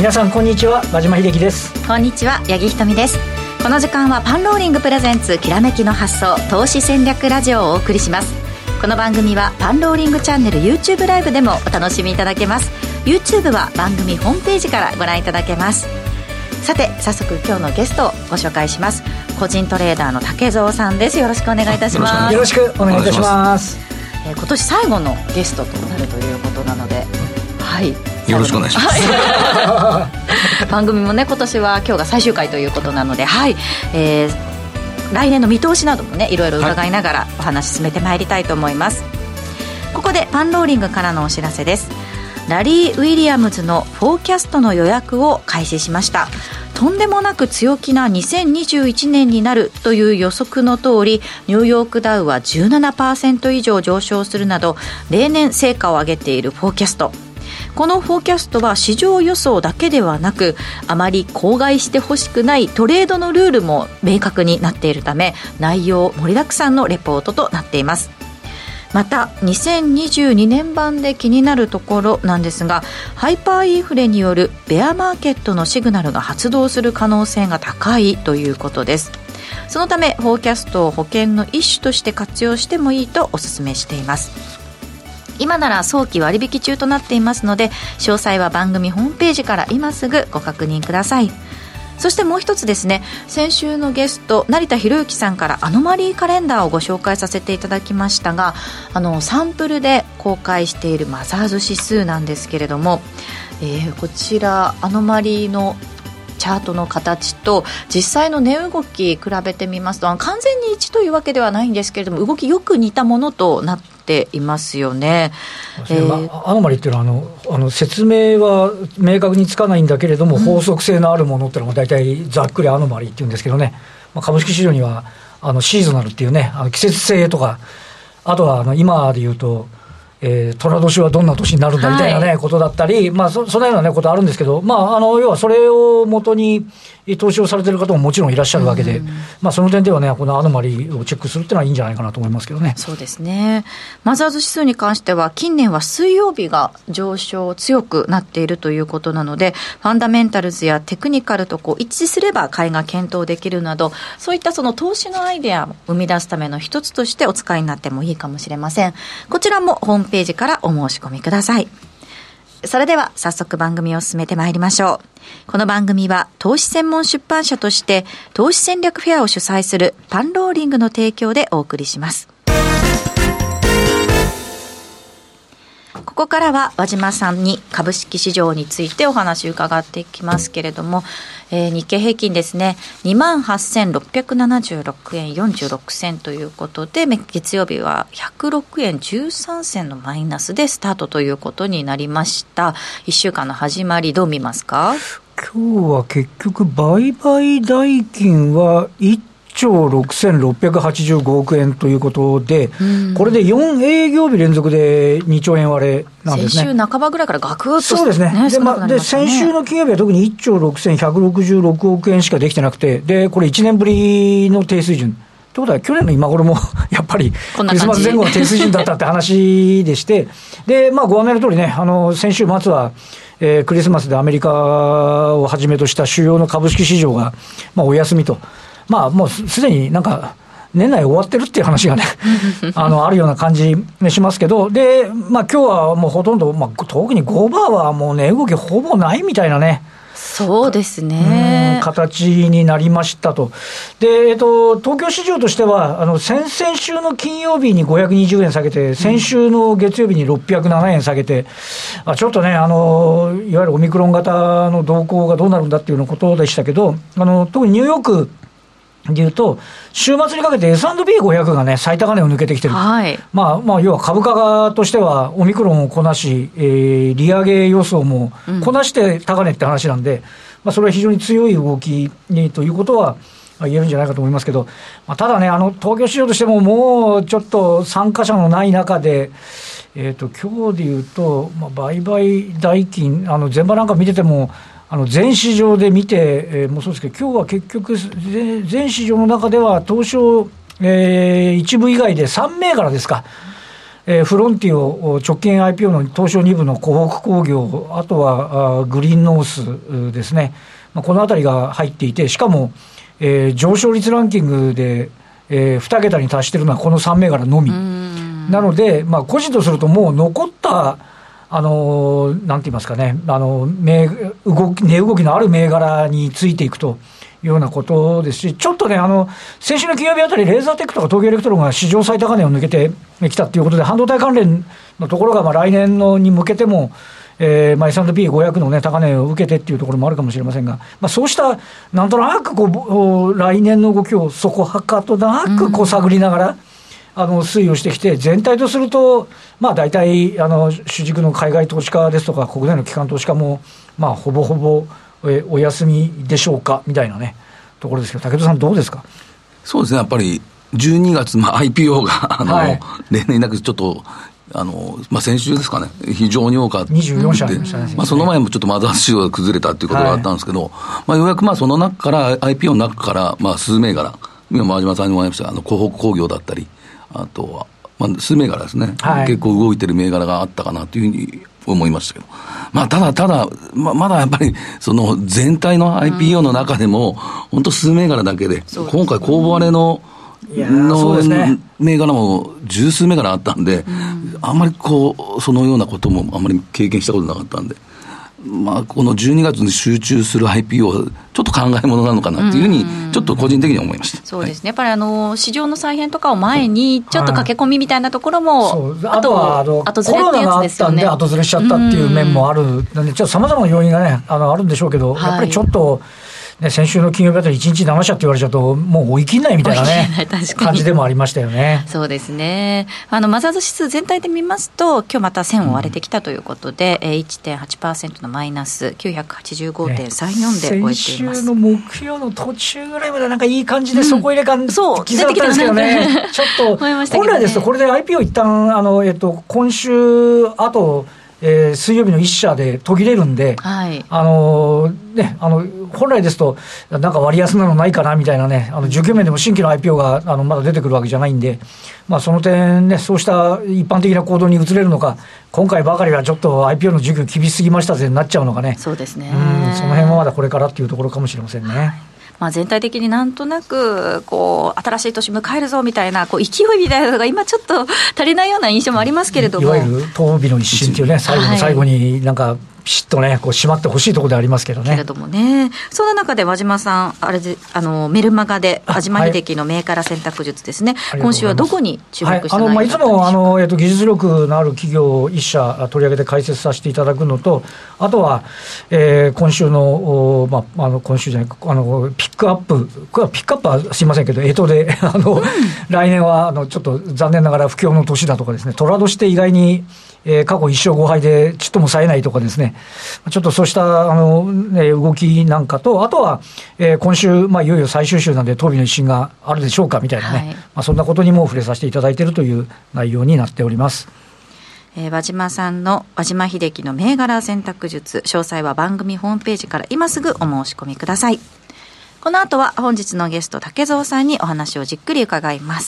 皆さんこんにちは、和島秀樹です。 こんにちは、八木ひとみです。この時間はパンローリングプレゼンツきらめきの発想投資戦略ラジオをお送りします。この番組はパンローリングチャンネル YouTube ライブでもお楽しみいただけます。 YouTube は番組ホームページからご覧いただけます。さて早速今日のゲストをご紹介します。個人トレーダーの竹蔵さんです。よろしくお願いいたします。 よろしくお願いいたします。 今年最後のゲストとなるということなので、はい、 よろしくお願いします、 はい、番組もね今年は今日が最終回ということなので、はい、来年の見通しなどもねいろいろ伺いながらお話進めてまいりたいと思います、はい、ここでパンローリングからのお知らせです。ラリー・ウィリアムズのフォーキャストの予約を開始しました。とんでもなく強気な2021年になるという予測の通り、ニューヨークダウは 17% 以上上昇するなど例年成果を上げているフォーキャスト。このフォーキャストは市場予想だけではなく、あまり口外してほしくないトレードのルールも明確になっているため、内容盛りだくさんのレポートとなっています。また2022年版で気になるところなんですが、ハイパーインフレによるベアマーケットのシグナルが発動する可能性が高いということです。そのためフォーキャストを保険の一種として活用してもいいとお勧めしています。今なら早期割引中となっていますので、詳細は番組ホームページから今すぐご確認ください。そしてもう一つですね、先週のゲスト成田博之さんからアノマリーカレンダーをご紹介させていただきましたが、サンプルで公開しているマザーズ指数なんですけれども、こちらアノマリーのチャートの形と実際の値動き比べてみますと、完全に一致というわけではないんですけれども、動きよく似たものとなっていますよね。 アノマリっていうのは説明は明確につかないんだけれども、法則性のあるものっていうのが大体ざっくりアノマリっていうんですけどね、株式市場にはシーズナルっていうね、季節性とか、あとは今でいうと寅年はどんな年になるんだみたいなね、はい、ことだったり、そのような、ね、ことあるんですけど、要はそれを元に投資をされている方ももちろんいらっしゃるわけで、その点ではね、このアノマリをチェックするっていうのはいいんじゃないかなと思いますけどね。 そうですね。マザーズ指数に関しては近年は水曜日が上昇強くなっているということなので、ファンダメンタルズやテクニカルと一致すれば買いが検討できるなど、そういったその投資のアイデアを生み出すための一つとしてお使いになってもいいかもしれません。こちらもホームページからお申し込みください。それでは早速番組を進めてまいりましょう。この番組は投資専門出版社として投資戦略フェアを主催するパンローリングの提供でお送りします。ここからは和島さんに株式市場についてお話を伺っていきますけれども、日経平均ですね、28,676 円46銭ということで、月曜日は106円13銭のマイナスでスタートということになりました。1週間の始まりどう見ますか？ 今日は結局売買代金は1兆6685億円ということで、これで4営業日連続で2兆円割れなんですね。 先週半ばぐらいからガクッと、 そうですね。で先週の金曜日は特に1兆6166億円しかできてなくて、でこれ1年ぶりの低水準ということは、去年の今頃もやっぱりクリスマス前後の低水準だったって話でして、でご案内の通りね、先週末はクリスマスでアメリカをはじめとした主要の株式市場がお休みと。もうすでになんか年内終わってるっていう話がねあるような感じしますけど、で今日はもうほとんど、特に5番はもう値動きほぼないみたいなね、 そうですね、 形になりましたと。で、東京市場としては先々週の金曜日に520円下げて、先週の月曜日に607円下げて、ちょっとねいわゆるオミクロン型の動向がどうなるんだっていうのことでしたけど、特にニューヨークでいうと、週末にかけて S&P500 がね、最高値を抜けてきてる。 はい。 要は株価としては、オミクロンをこなし、利上げ予想もこなして高値って話なんで、それは非常に強い動きにということは言えるんじゃないかと思いますけど、ただね、東京市場としてももうちょっと参加者のない中で、今日でいうと、売買代金、前場なんか見てても、全市場で見て、もうそうですけど、今日は結局全市場の中では東証、一部以外で3銘柄ですかフロンティオ直近 IPO の東証2部の湖北工業、あとはグリーンノースですね、このあたりが入っていて、しかも、上昇率ランキングで、2桁に達しているのはこの3銘柄のみなので、個人とするともう残ったなんて言いますかね、値動きのある銘柄についていくというようなことですし、ちょっとね、先週の金曜日あたり、レーザーテックとか東京エレクトロンが史上最高値を抜けてきたということで、半導体関連のところが来年のに向けても、S&P500 の、ね、高値を受けてっていうところもあるかもしれませんが、そうしたなんとなく来年の動きをそこはかとなく探りながら、推移をしてきて、全体とすると、大体主軸の海外投資家ですとか国内の機関投資家も、ほぼほぼお休みでしょうかみたいなねところですけど、武田さんどうですか。 そうですね、やっぱり12月、IPO が例年なくちょっと先週ですかね、非常に多かった 24社ありましたね。 その前もちょっとマザーズ指標が崩れたということがあったんですけど、ようやくその中から IPO の中から数銘柄、今真島さんにもありました湖北工業だったり、あとは数銘柄ですね、結構動いてる銘柄があったかなというふうに思いましたけど、ただまだやっぱりその全体の IPO の中でも本当数銘柄だけで、今回公募割れの銘柄も十数銘柄あったんで、あんまりそのようなこともあんまり経験したことなかったんで、この12月に集中する IPO はちょっと考え物なのかなというふうにちょっと個人的に思いました。 そうですね、やっぱり市場の再編とかを前にちょっと駆け込みみたいなところも、 あとは後ずれってやつですよね。コロナがあったんで後ずれしちゃったっていう面もあるので、ちょっとさまざまな要因がねあるんでしょうけど、やっぱりちょっと先週の金曜日あたり1日7社って言われちゃうともう追い切んないみたいなね感じでもありましたよね。 そうですね、マザーズ指数全体で見ますと今日また1000を割れてきたということで、1.8% のマイナス 985.34 で終えています。 先週の木曜の途中ぐらいまでなんかいい感じで底入れ感、 そう刻だったんですけどねちょっと本来ですとこれで IPO 一旦今週あと水曜日の1社で途切れるんで、本来ですとなんか割安なのないかなみたいなね、需給面でも新規の IPO がまだ出てくるわけじゃないんで、その点ね、そうした一般的な行動に移れるのか、今回ばかりはちょっと IPO の需給厳しすぎましたぜになっちゃうのかね。 そうですね、 その辺はまだこれからっていうところかもしれませんね。 全体的になんとなく新しい年迎えるぞみたいな勢いみたいなのが今ちょっと足りないような印象もありますけれども、 いわゆる東美の一瞬っていうね、最後になんかピシッとね締まってほしいところでありますけどね。 けれどもね、そんな中で和島さんメルマガで和島秀樹の銘柄選択術ですね、今週はどこに注目してないかったんでしょうか。 いつも技術力のある企業1社取り上げて解説させていただくのと、あとは、今週の、今週じゃないピックアップ、これはピックアップはすいませんけどで来年はちょっと残念ながら不況の年だとかですね、寅年って意外に過去1勝5敗でちっとも冴えないとかですね、ちょっとそうした動きなんかと、あとは、今週、いよいよ最終週なんで東美の一新があるでしょうかみたいなね、そんなことにも触れさせていただいているという内容になっております。 和島さんの和島秀樹の銘柄選択術、詳細は番組ホームページから今すぐお申し込みください。この後は本日のゲスト竹蔵さんにお話をじっくり伺います。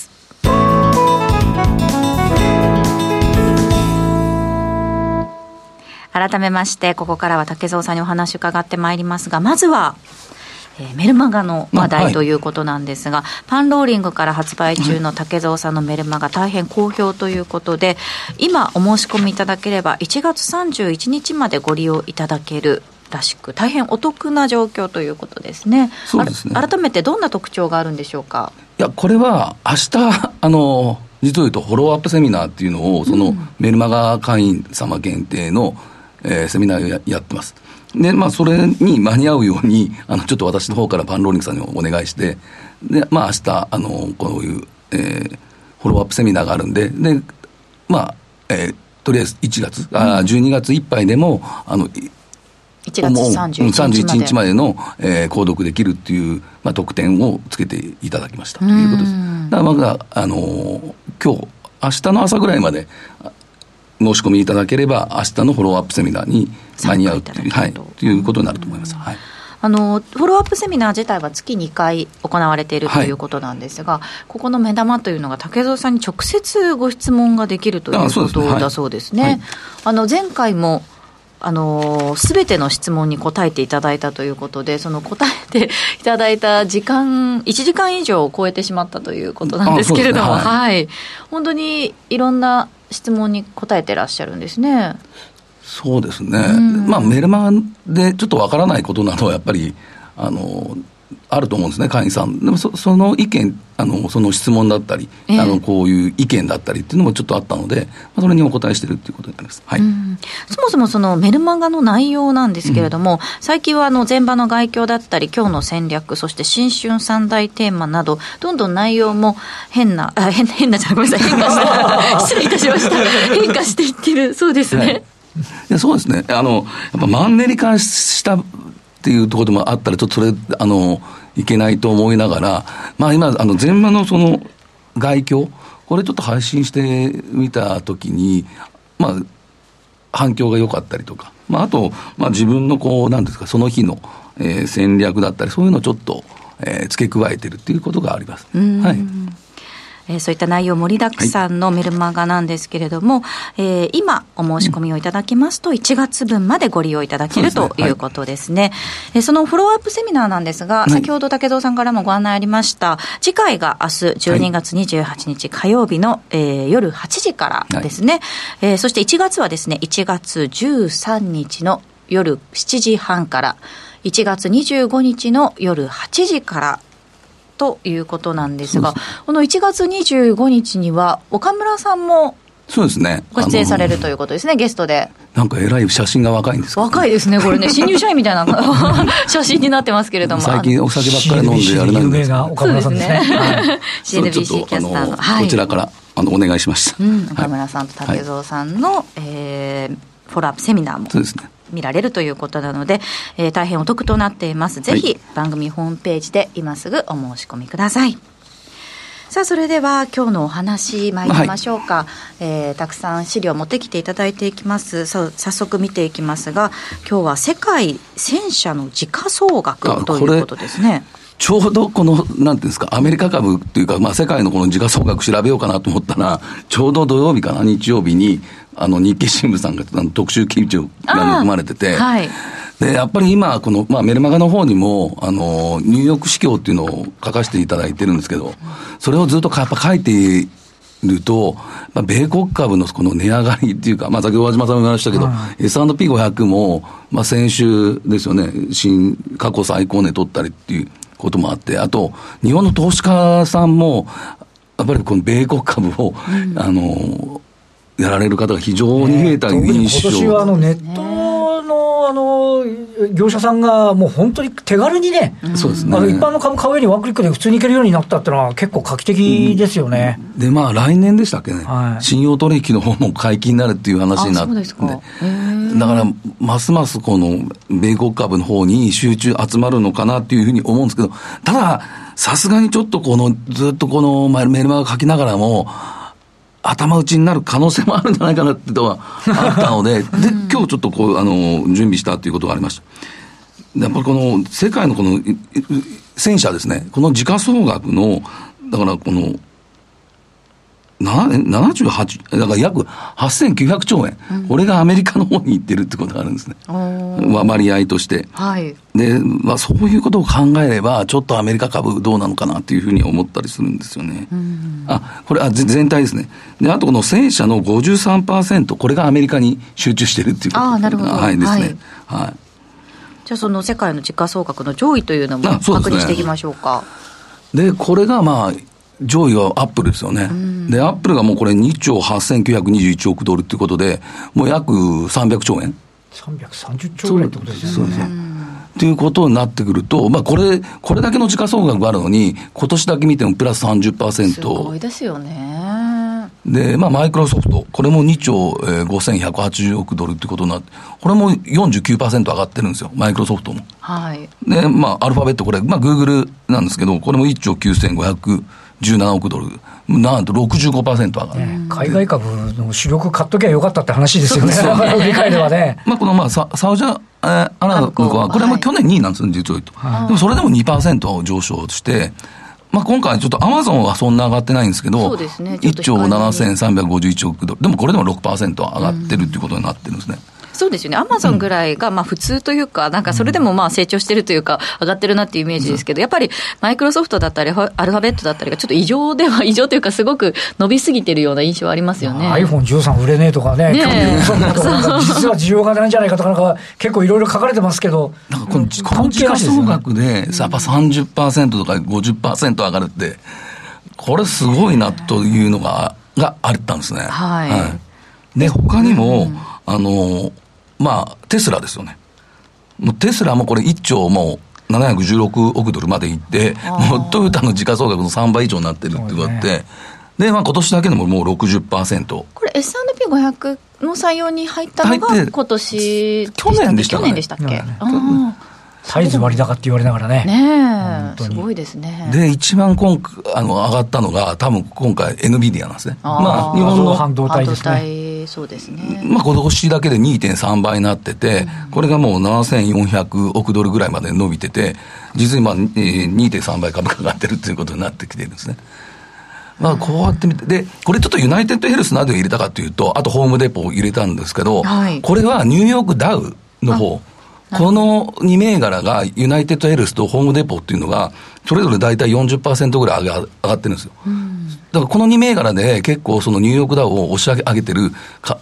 改めましてここからは竹蔵さんにお話を伺ってまいりますが、まずはメルマガの話題ということなんですが、パンローリングから発売中の竹蔵さんのメルマガ大変好評ということで、今お申し込みいただければ1月31日までご利用いただけるらしく、大変お得な状況ということですね。 そうですね。 改めてどんな特徴があるんでしょうか。 いや、これは明日実を言うとフォローアップセミナーっていうのをそのメルマガ会員様限定の、セミナーを やってます。で、それに間に合うようにちょっと私の方からパンローリングさんにお願いして、で、明日こういう、フォローアップセミナーがあるんで、とりあえず12月いっぱいでも1 月31日までの、購読できるっていう、特典をつけていただきましたということです。だから今日明日の朝ぐらいまで申し込みいただければ明日のフォローアップセミナーに間に合うということになると思います。 フォローアップセミナー自体は月2回行われているということなんですが、ここの目玉というのが竹蔵さんに直接ご質問ができるということだそうですね。前回もすべての質問に答えていただいたということで、その答えていただいた時間1時間以上を超えてしまったということなんですけれども、本当にいろんな質問に答えてらっしゃるんですね。 そうですね、メルマガでちょっとわからないことなどはやっぱりあると思うんですね、会員さん。でもその意見、その質問だったり、こういう意見だったりっていうのもちょっとあったので、それにお答えしているということになります。 そもそもそのメルマガの内容なんですけれども、最近は前場の概況だったり、今日の戦略、そして新春三大テーマなど、どんどん内容も変なじゃごめんなさい、変化した失礼いたしました。変化していってるそうですね。 いや、そうですね。やっぱマンネリ化したっていうところでもあったら、ちょっとそれいけないと思いながら、今前場のその概況、これちょっと配信してみたときに、反響が良かったりとか、あと、自分のなんですか、その日の、戦略だったり、そういうのをちょっと、付け加えてるっていうことがあります。 そういった内容盛りだくさんのメルマガなんですけれども、今お申し込みをいただきますと1月分までご利用いただけるということですね。そのフォローアップセミナーなんですが、先ほど竹蔵さんからもご案内ありました、次回が明日12月28日火曜日の、夜8時からですね、そして1月はですね、1月13日の夜7時半から1月25日の夜8時からということなんですが、この1月25日には岡村さんもそうですね、 ご出演されるということですね、ゲストで。 なんかえらい写真が若いんですか、 若いですね、これね、新入社員みたいな写真になってますけれども、 最近お酒ばっかり飲んであれなんです有名な岡村さんですね。 CNBC キャスターの、 こちらからお願いしました。 岡村さんと竹蔵さんの、フォローアップセミナーも見られるということなので、大変お得となっています。ぜひ番組ホームページで今すぐお申し込みください。さあ、それでは今日のお話参りましょうか。たくさん資料を持ってきていただいていきます。早速見ていきますが、今日は世界1000社の時価総額ということですね。 ちょうどこのなんていうんですか、アメリカ株というか、世界のこの時価総額調べようかなと思ったら、ちょうど土曜日かな、日曜日に日経新聞さんが特集記事が組まれてて、でやっぱり今この、メルマガの方にもニューヨーク市況っていうのを書かせていただいてるんですけど、それをずっとやっぱ書いていると、米国株のこの値上がりっていうか、先ほど和島さんも言いましたけど、S&P500 も、先週ですよね、過去最高値取ったりっていうこともあって、あと日本の投資家さんもやっぱりこの米国株を、やられる方が非常に増えた印象、 今年はネットの業者さんがもう本当に手軽にね、 そうですね、 一般の株買うよりワンクリックで普通にいけるようになったっていうのは結構画期的ですよね。 で来年でしたっけね、信用取引の方も解禁になるっていう話になって、だからますますこの米国株の方に集まるのかなっていうふうに思うんですけど、たださすがにちょっとずっとこのメルマガ書きながらも頭打ちになる可能性もあるんじゃないかなってのはあったので、今日ちょっと準備したということがありました。やっぱりこの世界のこの1000社ですね、この時価総額のだからこの78だから約8900兆円、これがアメリカの方に行ってるってことがあるんですね、割合として、でそういうことを考えればちょっとアメリカ株どうなのかなっていうふうに思ったりするんですよね。これ全体ですね。であとこの1000社の 53%、これがアメリカに集中してるっていうことなるほど、 ですね。 じゃあその世界の時価総額の上位というのも確認していきましょうか。 でこれが上位はアップルですよね。でアップルがもうこれ2兆8921億ドルということで、もう約300兆円 330兆ぐらいってことですよね。 ということになってくると、これだけの時価総額があるのに今年だけ見てもプラス 30%、 すごいですよね。 でマイクロソフト、これも2兆5180億ドルということになって、これも 49% 上がってるんですよ、マイクロソフトも。でアルファベット、これグーグルなんですけど、これも1兆9517億ドル、なんと 65% 上がる、 海外株の主力買っときゃよかったって話ですよね。理解ではね。 このサウジアアラブコは、これも去年2位なんですよ、実を言うと。でもそれでも 2% 上昇して、今回ちょっとアマゾンはそんな上がってないんですけど、 そうですね、 1兆7351億ドル、でもこれでも 6% 上がってるっていうことになってるんですね。 そうですよね、アマゾンぐらいが普通というか、なんかそれでも成長してるというか、上がってるなっていうイメージですけど、やっぱりマイクロソフトだったり、アルファベットだったりが、ちょっと異常というか、すごく伸びすぎてるような印象はありますよね。 iPhone13 売れねえとかね、実は需要がないんじゃないかとか、なんか結構いろいろ書かれてますけど、 なんかこの時価総額で、やっぱ 30% とか 50% 上がるって、これすごいなというのがあったんですね。 はい。 で、他にも、テスラですよね。もうテスラもこれ1兆もう716億ドルまでいって、もうトヨタの時価総額の3倍以上になってるっていうのがあって、で、今年だけでももう 60%。これ S&P500 の採用に入ったのが今年去年でしたっけ？ 去年でしたっけ？ サイズ割高って言われながらね。 ねえ、すごいですね。 で、一番上がったのが、多分今回 NVIDIA なんですね。日本の半導体ですね。 そうですね。 今年だけで 2.3 倍になってて、これがもう7400億ドルぐらいまで伸びてて、実に2.3 倍株価が上がってるということになってきてるんですね。こうやって見て、で、これちょっとユナイテッドヘルスなどを入れたかというと、あとホームデポを入れたんですけど、これはニューヨークダウの方、この2銘柄がユナイテッドヘルスとホームデポっていうのがそれぞれ大体 40% ぐらい上がってるんですよ。だからこの2銘柄で結構そのニューヨークダウを押し上げてる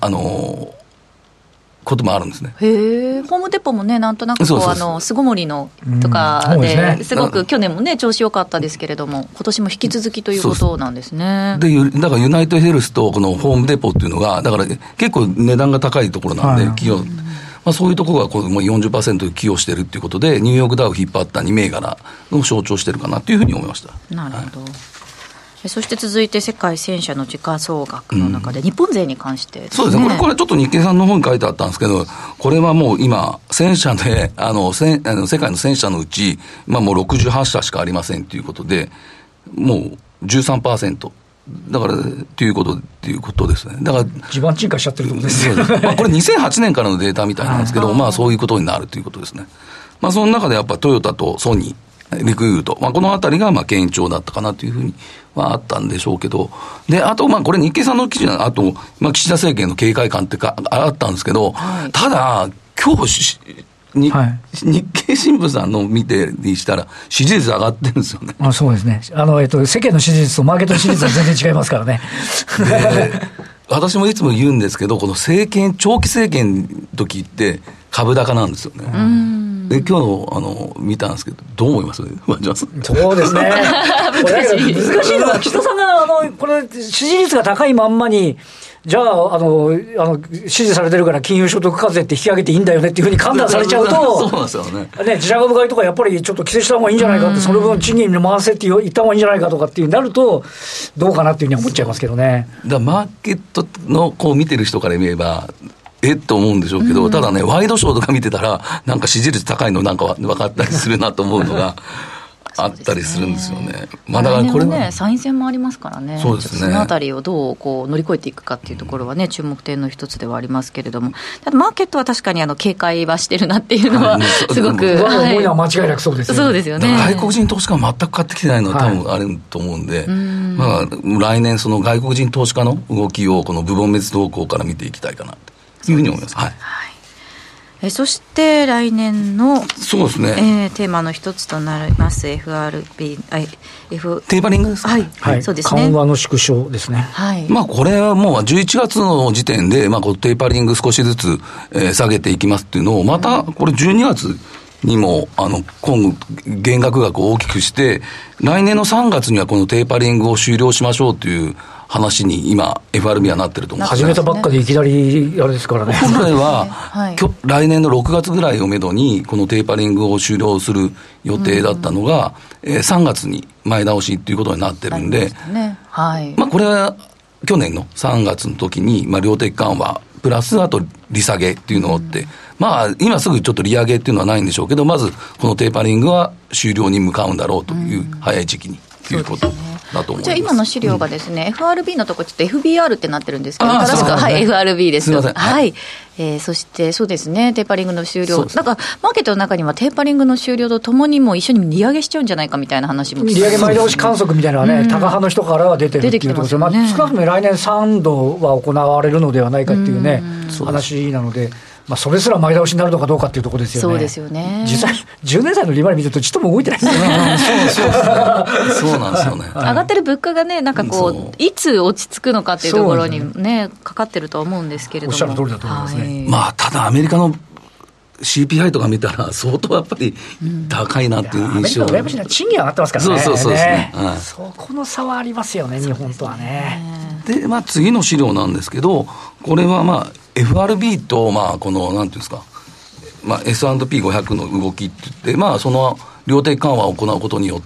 こともあるんですね。 へえ、ホームデポもね、なんとなく巣ごもりのとかですごく去年もね調子良かったですけれども、今年も引き続きということなんですね。 で、だからユナイテッドヘルスとこのホームデポっていうのがだから結構値段が高いところなんで、企業そういうところが40% 寄与してるっていうことで、ニューヨークダウを引っ張った2銘柄を象徴してるかなというふうに思いました。 なるほど。そして続いて世界1000社の時価総額の中で日本勢に関してですね。 そうですね。これちょっと日経さんの方に書いてあったんですけど、これはもう今1000社で世界の1000社のうちもう68社しかありませんということで、もう 13%。だからっていうことですね。だから地盤沈下しちゃってるってことですね。 これ2008年からのデータみたいなんですけど、そういうことになるということですね。その中でやっぱトヨタとソニー、リクユート、このあたりが堅調だったかなというふうにはあったんでしょうけど、で、あとこれ日経さんの記事あと岸田政権の警戒感ってあったんですけど、ただ今日日経新聞さんの見てにしたら支持率上がってるんですよね。 そうですね。世間の支持率とマーケットの支持率は全然違いますからね。 私もいつも言うんですけど、この長期政権の時って株高なんですよね。で、今日見たんですけど、どう思います？ そうですね。これだけど難しいのは、岸田さんがこれ支持率が高いまんまに、じゃあ、支持されてるから金融所得課税って引き上げていいんだよねっていうふうに判断されちゃうと、 そうなんですよね。 自社株買いとかやっぱりちょっと規制した方がいいんじゃないかって、その分賃金に回せって言った方がいいんじゃないかとかっていうなると、どうかなっていうふうに思っちゃいますけどね。 だからマーケットの見てる人から見れば、と思うんでしょうけど、ただね、ワイドショーとか見てたら、なんか支持率高いのなんか分かったりするなと思うのが、あったりするんですよね。 だからこれはね、参院選もありますからね。 そうですね。 そのあたりをどう乗り越えていくかっていうところはね、注目点の一つではありますけれども、ただマーケットは確かに警戒はしてるなっていうのは、すごく。 思いは間違いなくそうですよね。 そうですよね。 外国人投資家は全く買ってきてないのは多分あると思うんで、来年その外国人投資家の動きをこの部門別動向から見ていきたいかなというふうに思います。 そして来年のそうですね、 テーマの一つとなります FRB、 テーパリングですか、 そうですね、緩和の縮小ですね。 これはもう11月の時点で、このテーパリング少しずつ、下げていきますっていうのを、またこれ12月にも今後減額額を大きくして、来年の3月にはこのテーパリングを終了しましょうという話に今 FRB はなってると思うんです。 始めたばっかでいきなりあれですからね。 本来は、来年の6月ぐらいをめどにこのテーパリングを終了する予定だったのが、3月に前倒しということになってるんで、これは去年の3月の時に、量的緩和プラスあと利下げっていうのをって、今すぐちょっと利上げっていうのはないんでしょうけど、まずこのテーパリングは終了に向かうんだろうという早い時期にということだと思います。 じゃあ今の資料がですね、FRB のところちょっと FBR ってなってるんですけど、正しくFRB です。 すみません。 そしてそうですね、テーパリングの終了、なんかマーケットの中にはテーパリングの終了とともにもう一緒に利上げしちゃうんじゃないかみたいな話も、 利上げ前倒し観測みたいなのはね、タカ派の人からは出てるっていうところですよ、少なくとも来年3度は行われるのではないかっていうね、話なので。それすら前倒しになるのかどうかっていうところですよね。 そうですよね。 実際10年債の利回り見てるとちっとも動いてないですよね。 そうなんですよね。 上がってる物価がね、なんかこういつ落ち着くのかっていうところにねかかってるとは思うんですけれども。 おっしゃる通りだと思いますね。 ただアメリカの CPI とか見たら相当やっぱり高いなっていう印象、 アメリカの羨ましいのは賃金上がってますからね。 そうですね、 そこの差はありますよね、日本とはね。 で、次の資料なんですけど、これはFRB とこのなんていうんですか、S&P500 の動きって言って、その量的緩和を行うことによって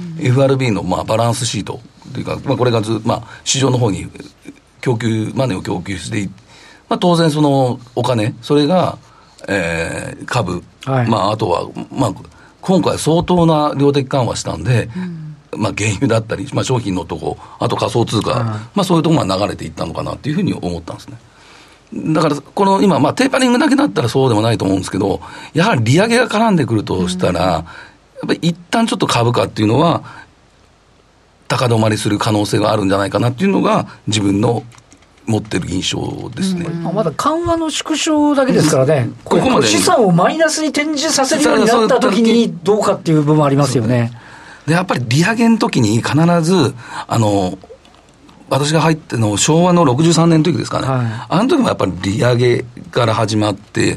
、FRB のバランスシートというか、これが市場の方にマネーを供給して、当然そのお金、それが、株、あとは、今回相当な量的緩和したんで、原油だったり、商品のとこ、あと仮想通貨、そういうところが流れていったのかなというふうに思ったんですね。だからこの今、テーパリングだけだったらそうでもないと思うんですけど、やはり利上げが絡んでくるとしたら、やっぱり一旦ちょっと株価っていうのは高止まりする可能性があるんじゃないかなっていうのが自分の持ってる印象ですね。 まだ緩和の縮小だけですからね、ここまで資産をマイナスに転じさせるようになったときにどうかっていう部分ありますよね。 でやっぱり利上げの時に必ず私が入っての昭和の63年の時ですかね、あの時もやっぱり利上げから始まって、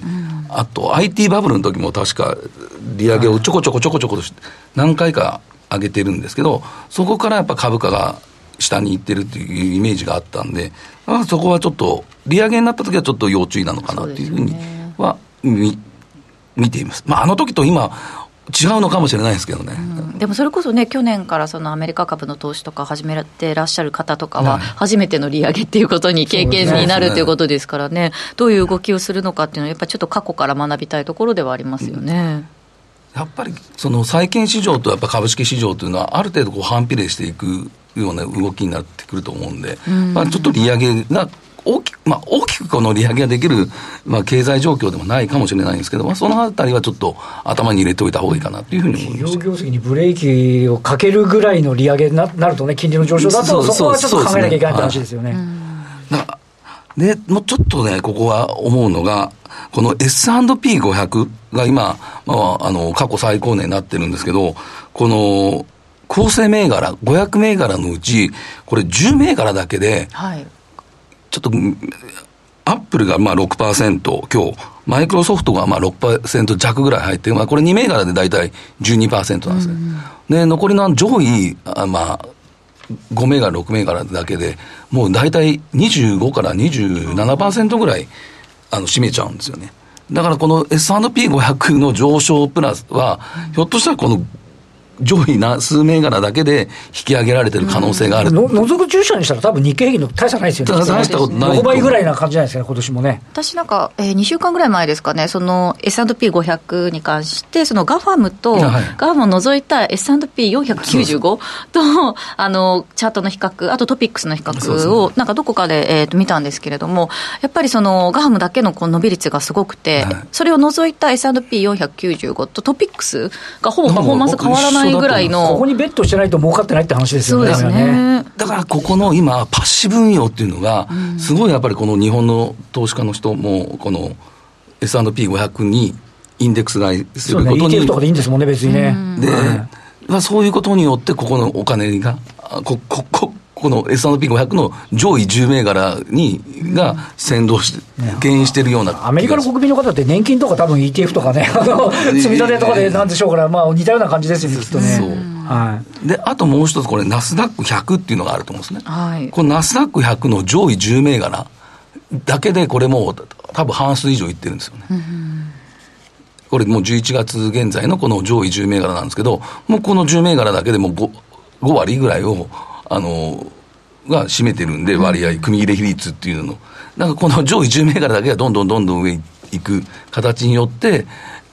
あと IT バブルの時も確か利上げをちょこちょこと何回か上げてるんですけど、そこからやっぱ株価が下に行ってるっていうイメージがあったんで、そこはちょっと利上げになった時はちょっと要注意なのかなっていうふうには見ています。あの時と今違うのかもしれないですけどね、 でもそれこそね、去年からそのアメリカ株の投資とか始めてらっしゃる方とかは初めての利上げっていうことに経験になるということですからね、どういう動きをするのかっていうのはやっぱりちょっと過去から学びたいところではありますよね。 やっぱりその債券市場とやっぱ株式市場というのはある程度反比例していくような動きになってくると思うんで、ちょっと利上げが大きくこの利上げができる、経済状況でもないかもしれないんですけど、そのあたりはちょっと頭に入れておいた方がいいかなというふうに思います。 企業業績にブレーキをかけるぐらいの利上げになるとね、金利の上昇だとそこはちょっと考えなきゃいけないって話ですよね。 でもうちょっとね、ここは思うのが、この S&P500 が今、過去最高値になってるんですけど、この構成銘柄500銘柄のうちこれ10銘柄だけで、ちょっとアップルが6%強、マイクロソフトが6% 弱ぐらい入って、これ2銘柄でだいたい 12% なんですね。で残りの上位5銘柄6銘柄だけでもうだいたい25から 27% ぐらい占めちゃうんですよね。だからこの S&P500 の上昇プラスはひょっとしたらこの上位数銘柄だけで引き上げられてる可能性がある。 除く注射にしたら多分日経平均の大差ないですよね。 大したことない。 5倍ぐらいな感じじゃないですかね、今年もね。 私なんか、2週間ぐらい前ですかね、その S&P500 に関してそのガファムと、ガファムを除いた S&P495 とチャートの比較、あとトピックスの比較をなんかどこかで、見たんですけれども、やっぱりそのガファムだけのこう伸び率がすごくて、それを除いた S&P495 とトピックスがほぼパフォーマンス変わらないぐらいの、 ここにベットしてないと儲かってないって話ですよね。 そうですね。 だからここの今パッシブ運用っていうのがすごいやっぱりこの日本の投資家の人もこの S&P500 にインデックス買いすることに、 ETF とかでいいんですもんね、別にね。 で、そういうことによってここのお金がこの S&P500 の上位10銘柄が先導して牽引しているような、 アメリカの国民の方って年金とか多分 ETF とかね積み立てとかでなんでしょうから、似たような感じですよね、きっとね。 であともう一つこれナスダック100っていうのがあると思うんですね。このナスダック100の上位10銘柄だけでこれもう多分半数以上いってるんですよね。これもう11月現在のこの上位10銘柄なんですけど、もうこの10銘柄だけでも 5割ぐらいをが占めてるんで、割合組入れ比率っていうの、なんかこの上位10銘柄だけがどんどん上に行く形によって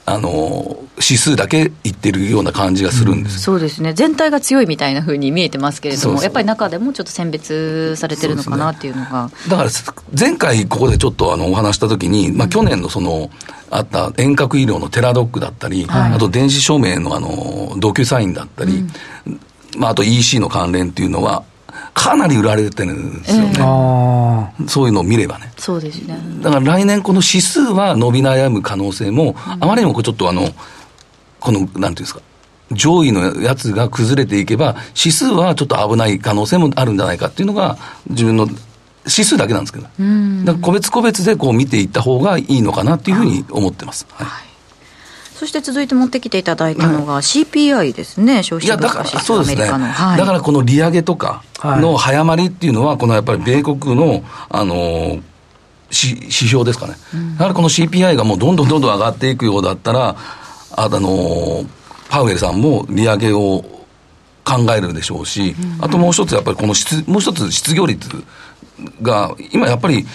指数だけいってるような感じがするんです、 そうですね、全体が強いみたいな風に見えてますけれども、やっぱり中でもちょっと選別されてるのかなっていうのが、 だから前回ここでちょっとお話したときに、去年のあった遠隔医療のテラドックだったり、あと電子証明のドキュサインだったり、あと EC の関連っていうのはかなり売られてるんですよね、そういうのを見ればね。 そうですね。 だから来年この指数は伸び悩む可能性も、あまりにもちょっとこのなんていうんですか、上位のやつが崩れていけば指数はちょっと危ない可能性もあるんじゃないかっていうのが自分の指数だけなんですけど、だから個別個別でこう見ていった方がいいのかなっていうふうに思ってます、はい。 そして続いて持ってきていただいたのが CPI ですね、消費者物価指数、アメリカの、 だからこの利上げとかの早まりっていうのは、このやっぱり米国の、指標ですかね、やはりこの CPI がもうどんどん上がっていくようだったら、パウエルさんも利上げを考えるでしょうし、あともう一つやっぱりこのもう一つ失業率が今やっぱり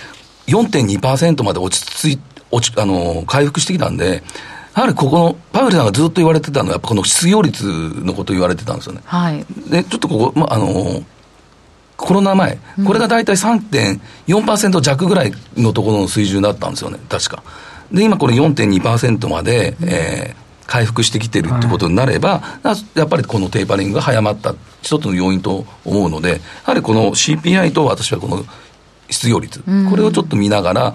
4.2% まで回復してきたんで、やはりここのパウエルさんがずっと言われてたのはやっぱこの失業率のことを言われてたんですよね、でちょっとここ、コロナ前、これが大体 3.4% 弱ぐらいのところの水準だったんですよね、確か。で今これ 4.2% まで、回復してきてるってことになれば、やっぱりこのテーパリングが早まった一つの要因と思うので、やはりこの CPI と私はこの失業率、これをちょっと見ながら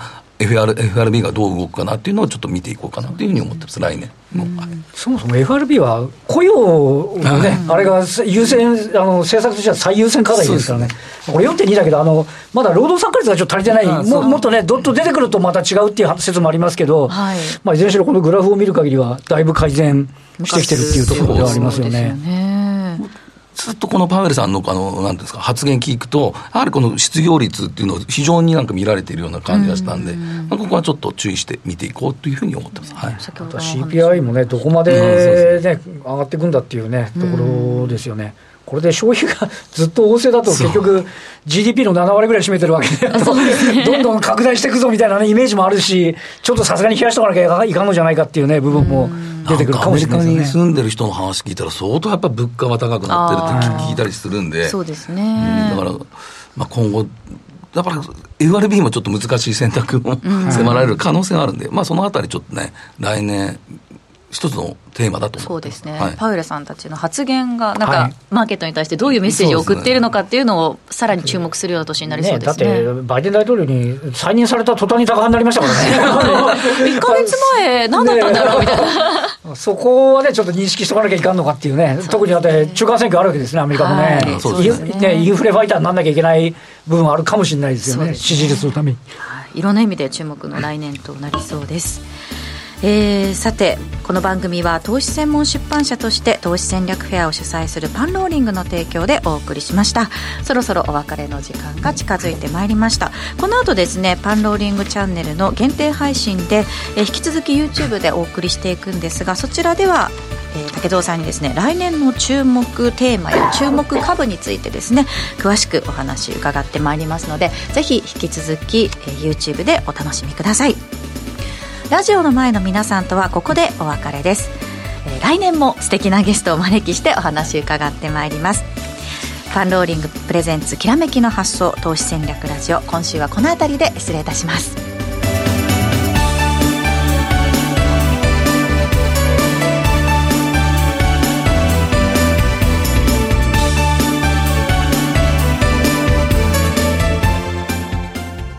FRB がどう動くかなっていうのをちょっと見ていこうかなというふうに思ってます、来年も。 そもそも FRB は雇用のね、あれが優先、政策としては最優先課題ですからね。これ 4.2 だけど、まだ労働参加率がちょっと足りてない、もっとね、どっと出てくるとまた違うっていう説もありますけど、いずれにしろこのグラフを見る限りは、だいぶ改善してきてるっていうところではありますよね。 ずっとこのパウエルさんのなんていうんですか、発言聞くと、やはりこの失業率っていうのを非常になんか見られているような感じがしたんで、ここはちょっと注意して見ていこうというふうに思ってます、はい。 CPI もね、どこまで、ね、上がっていくんだっていうね、ところですよね。これで消費がずっと旺盛だと結局 GDP の7割ぐらい占めてるわけで、どんどん拡大していくぞみたいな、ね、イメージもあるし、ちょっとさすがに冷やしとかなきゃいかんのじゃないかっていうね部分も出てくるかもしれないですね。 アメリカに住んでる人の話聞いたら相当やっぱ物価は高くなってるって聞いたりするんで、 そうですね、 だから、今後やっぱり FRB もちょっと難しい選択を迫られる可能性があるんで、そのあたりちょっとね、来年一つのテーマだと思そうですね、パウエルさんたちの発言がなんか、マーケットに対してどういうメッセージを送っているのかっていうのをさらに注目するような年になりそうですね。 だってバイデン大統領に再任された途端に高派になりましたからね 1ヶ月前何だったんだろうみたいなそこはねちょっと認識しておかなきゃいかんのかっていうね、特にだって中間選挙あるわけですね、アメリカもね、インフレファイターにならなきゃいけない部分あるかもしれないですよね、支持率のために、 いろんな意味で注目の来年となりそうです。さてこの番組は投資専門出版社として投資戦略フェアを主催するパンローリングの提供でお送りしました。そろそろお別れの時間が近づいてまいりました。この後ですね、パンローリングチャンネルの限定配信で、引き続き YouTube でお送りしていくんですが、そちらでは竹蔵さんにですね、来年の注目テーマや注目株についてですね、詳しくお話伺ってまいりますので、ぜひ引き続き YouTube でお楽しみください。ラジオの前の皆さんとはここでお別れです。来年も素敵なゲストをお招きしてお話伺ってまいります。ファンローリングプレゼンツきらめきの発想投資戦略ラジオ、今週はこの辺りで失礼いたします。